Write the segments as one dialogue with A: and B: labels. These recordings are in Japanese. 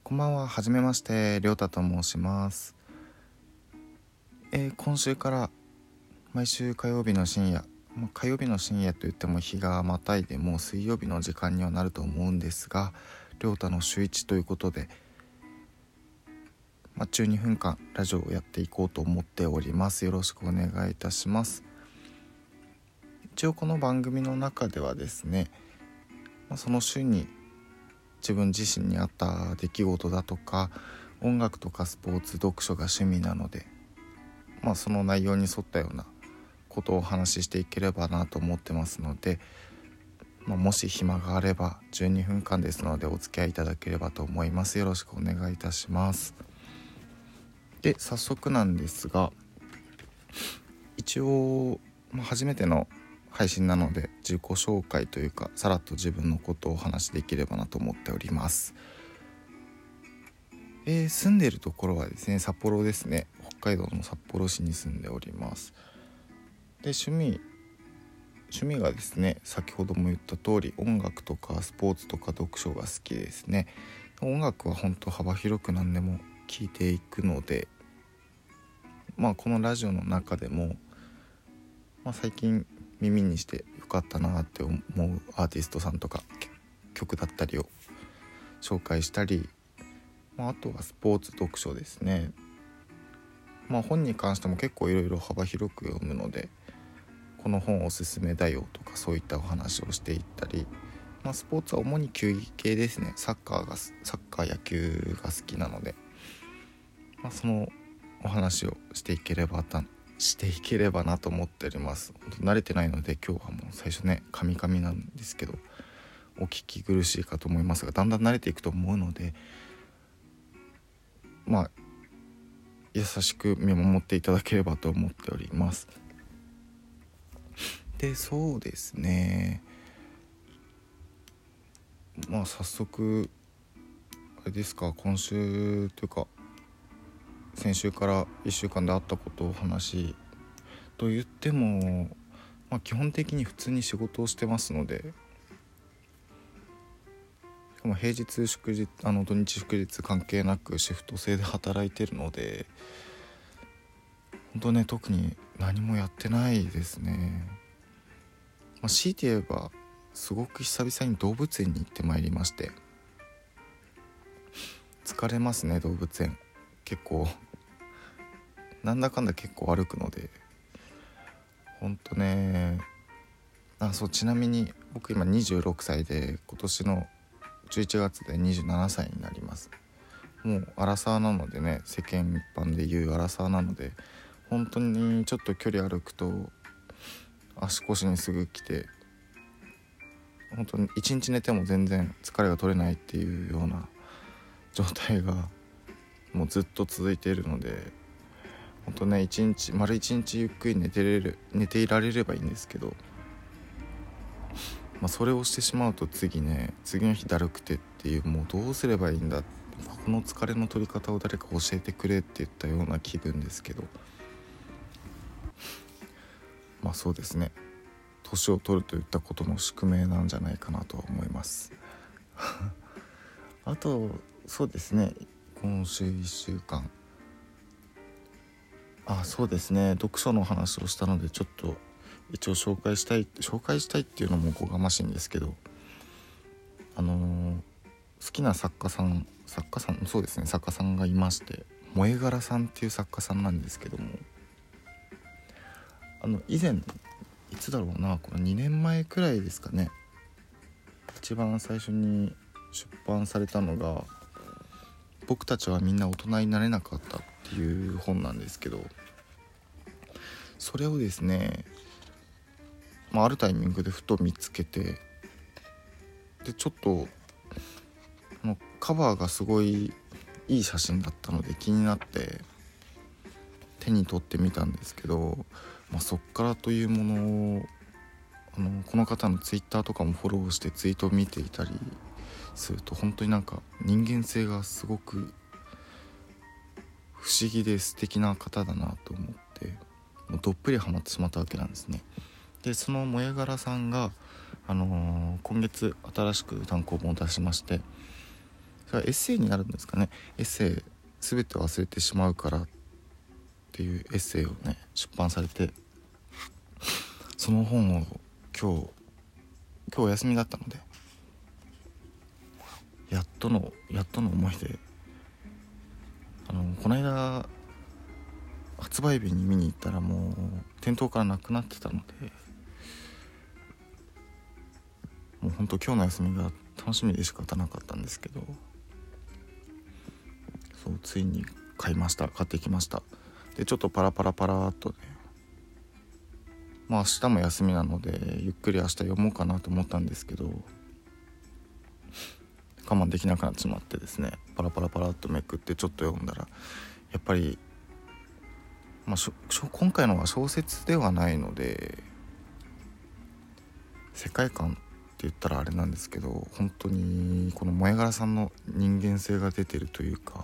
A: こんばんは。はじめまして、りょうたと申します。今週から毎週火曜日の深夜、火曜日の深夜といっても日がまたいでもう水曜日の時間にはなると思うんですが、りょうたの週1ということで、12分間ラジオをやっていこうと思っております。よろしくお願いいたします。一応この番組の中ではですね、その週に自分自身にあった出来事だとか音楽とかスポーツ、読書が趣味なので、その内容に沿ったようなことをお話ししていければなと思ってますので、もし暇があれば12分間ですのでお付き合いいただければと思います。よろしくお願いいたします。で、早速なんですが、一応、初めての配信なので自己紹介というか、さらっと自分のことをお話しできればなと思っております。住んでいるところはですね、札幌ですね。北海道の札幌市に住んでおります。で、趣味がですね、先ほども言った通り音楽とかスポーツとか読書が好きですね。音楽は本当幅広く何でも聴いていくので、このラジオの中でも、最近耳にしてよかったなって思うアーティストさんとか曲だったりを紹介したり、あとはスポーツ、読書ですね。本に関しても結構いろいろ幅広く読むので、この本おすすめだよとかそういったお話をしていったり、スポーツは主に球技系ですね。サッカー、野球が好きなので、そのお話をしていければなと思っております。慣れてないので今日はもう最初ねカミカミなんですけど、お聞き苦しいかと思いますが、だんだん慣れていくと思うので、優しく見守っていただければと思っております。で、そうですね、早速あれですか、今週というか先週から1週間であったことをお話と言っても、基本的に普通に仕事をしてますので、しかも平日祝日土日祝日関係なくシフト制で働いてるので、本当ね、特に何もやってないですね。強いて言えばすごく久々に動物園に行ってまいりまして、疲れますね。動物園結構なんだかんだ結構歩くので、ほんとね。ちなみに僕今26歳で、今年の11月で27歳になります。もうアラサーなのでね、世間一般で言うアラサーなので、本当にちょっと距離歩くと足腰にすぐ来て、本当に一日寝ても全然疲れが取れないっていうような状態がもうずっと続いているので、本当ね、丸一日ゆっくり寝ていられればいいんですけど、それをしてしまうと次の日だるくてっていう、もうどうすればいいんだ、この疲れの取り方を誰か教えてくれって言ったような気分ですけど、そうですね、年を取るといったことの宿命なんじゃないかなとは思いますあとそうですね、今週1週間そうですね、読書の話をしたので、ちょっと一応紹介したいっていうのもおこがましいんですけど、好きな作家さんがいまして、萌え柄さんっていう作家さんなんですけども、以前いつだろうな、これ2年前くらいですかね、一番最初に出版されたのが僕たちはみんな大人になれなかったっていう本なんですけど、それをですね、あるタイミングでふと見つけて、でちょっとカバーがすごいいい写真だったので気になって手に取ってみたんですけど、そっからというものをこの方のツイッターとかもフォローしてツイートを見ていたりすると、本当に人間性がすごく不思議で素敵な方だなと思って、もうどっぷりハマってしまったわけなんですね。で、その萌え柄さんが、今月新しく単行本を出しまして、 それはエッセイになるんですかね。エッセイ全て忘れてしまうからっていうエッセイをね出版されて、その本を今日お休みだったのでやっとの思いで、この間発売日に見に行ったらもう店頭からなくなってたので、もうほんと今日の休みが楽しみで仕方なかったんですけど、そうついに買ってきました。でちょっとパラっとね、明日も休みなのでゆっくり明日読もうかなと思ったんですけど、我慢できなくなってしまってですね、パラっとめくってちょっと読んだら、やっぱり、今回のは小説ではないので世界観って言ったらあれなんですけど、本当にこの萌柄さんの人間性が出てるというか、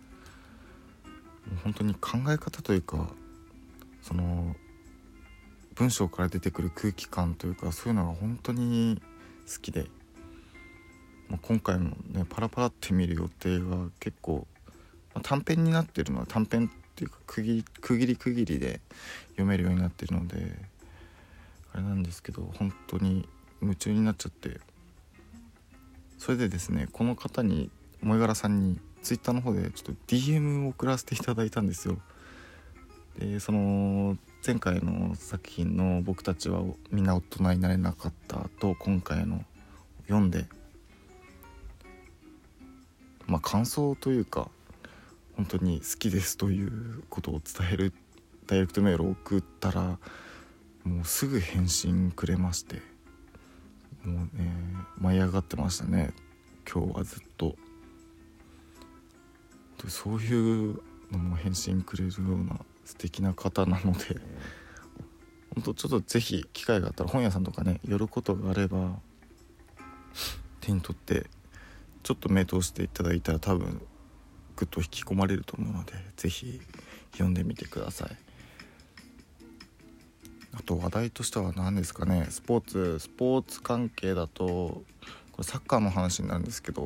A: 本当に考え方というか、その文章から出てくる空気感というか、そういうのが本当に好きで、今回もねパラって見る予定が結構、短編になってるのは短編っていうか区切りで読めるようになってるのであれなんですけど、本当に夢中になっちゃって、それでですね、この方に萌柄さんにツイッターの方でちょっと DM を送らせていただいたんですよ。でその前回の作品の僕たちはみんな大人になれなかったと今回の読んで、感想というか本当に好きですということを伝えるダイレクトメールを送ったら、もうすぐ返信くれまして、もうね舞い上がってましたね今日はずっと。そういうのも返信くれるような素敵な方なので、本当ちょっとぜひ機会があったら本屋さんとかね寄ることがあれば手に取ってちょっと目通していただいたら多分ぐっと引き込まれると思うので、ぜひ読んでみてください。あと話題としては何ですかね、スポーツ関係だとこれサッカーの話になるんですけど、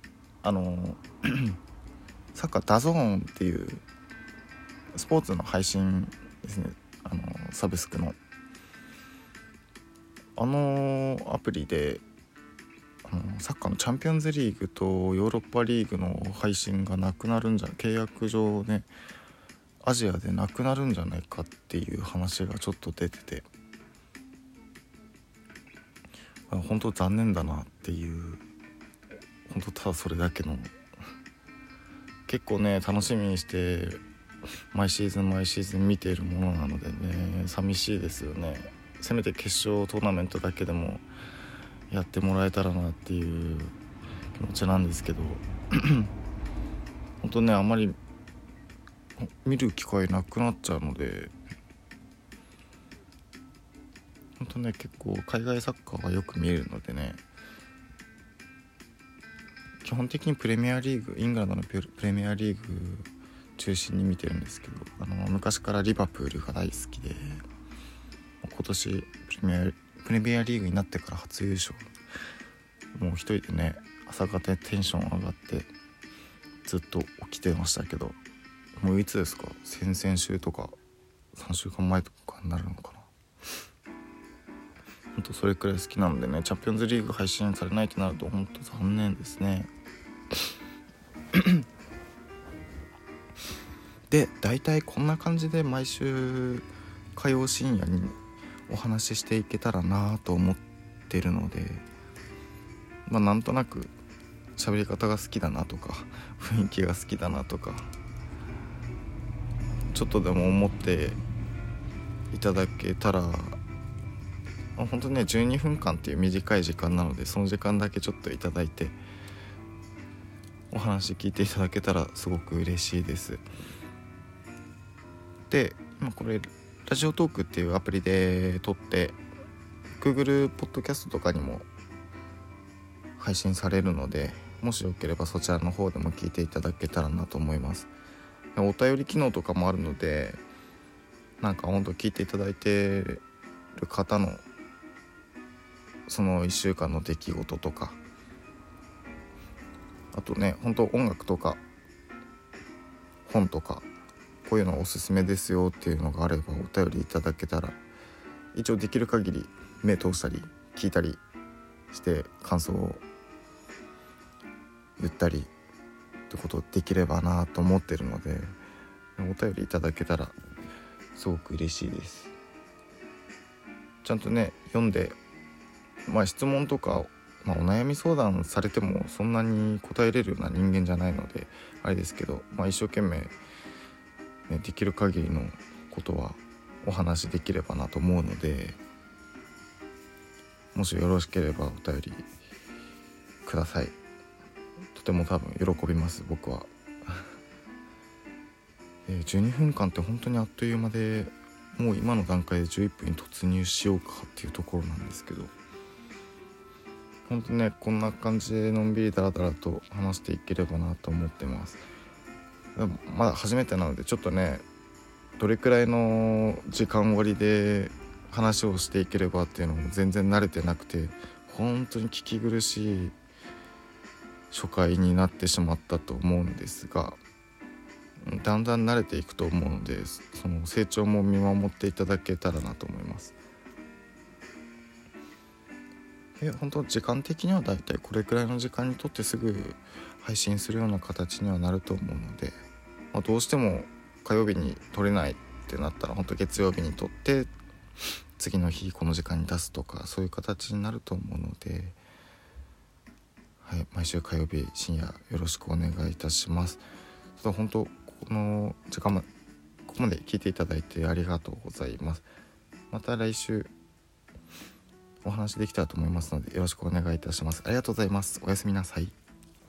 A: サッカーダゾーンっていうスポーツの配信ですね、サブスクのアプリでサッカーのチャンピオンズリーグとヨーロッパリーグの配信がなくなるんじゃ、契約上ねアジアでなくなるんじゃないかっていう話がちょっと出てて、本当残念だなっていう、本当ただそれだけの、結構ね楽しみにして毎シーズン見ているものなのでね、寂しいですよね。せめて決勝トーナメントだけでもやってもらえたらなっていう気持ちなんですけど本当ねあんまり見る機会なくなっちゃうので、本当ね結構海外サッカーはよく見えるのでね、基本的にプレミアリーグ、イングランドのプレミアリーグ中心に見てるんですけど、昔からリバプールが大好きで、今年プレミアリーグになってから初優勝、もう一人でね朝方テンション上がってずっと起きてましたけど、もういつですか、先々週とか3週間前とかになるのかな。本当それくらい好きなのでね、チャンピオンズリーグ配信されないとなると本当残念ですねで大体こんな感じで毎週火曜深夜にお話ししていけたらなと思ってるので、なんとなく喋り方が好きだなとか雰囲気が好きだなとかちょっとでも思っていただけたら、本当ね12分間っていう短い時間なので、その時間だけちょっといただいてお話聞いていただけたらすごく嬉しいです。で今これラジオトークっていうアプリで撮って Google ポッドキャストとかにも配信されるので、もしよければそちらの方でも聞いていただけたらなと思います。お便り機能とかもあるので、なんか本当聞いていただいてる方のその1週間の出来事とか、 あとね本当音楽とか本とかこういうのおすすめですよっていうのがあればお便りいただけたら、一応できる限り目通したり聞いたりして感想を言ったりってことできればなと思ってるので、お便りいただけたらすごく嬉しいです。ちゃんとね読んで、質問とか、お悩み相談されてもそんなに答えれるような人間じゃないのであれですけど、一生懸命、できる限りのことはお話できればなと思うので、もしよろしければお便りください。とても多分喜びます僕は。12分間って本当にあっという間で、もう今の段階で11分に突入しようかっていうところなんですけど、本当ねこんな感じでのんびりだらだらと話していければなと思ってます。まだ初めてなのでちょっとねどれくらいの時間割で話をしていければっていうのも全然慣れてなくて、本当に聞き苦しい初回になってしまったと思うんですが、だんだん慣れていくと思うので、その成長も見守っていただけたらなと思います。本当時間的にはだいたいこれくらいの時間にとってすぐ配信するような形にはなると思うので、どうしても火曜日に撮れないってなったら本当月曜日に撮って次の日この時間に出すとか、そういう形になると思うので、毎週火曜日深夜よろしくお願いいたします。本当この時間ここまで聞いていただいてありがとうございます。また来週お話できたらと思いますのでよろしくお願いいたします。ありがとうございます。おやすみなさい。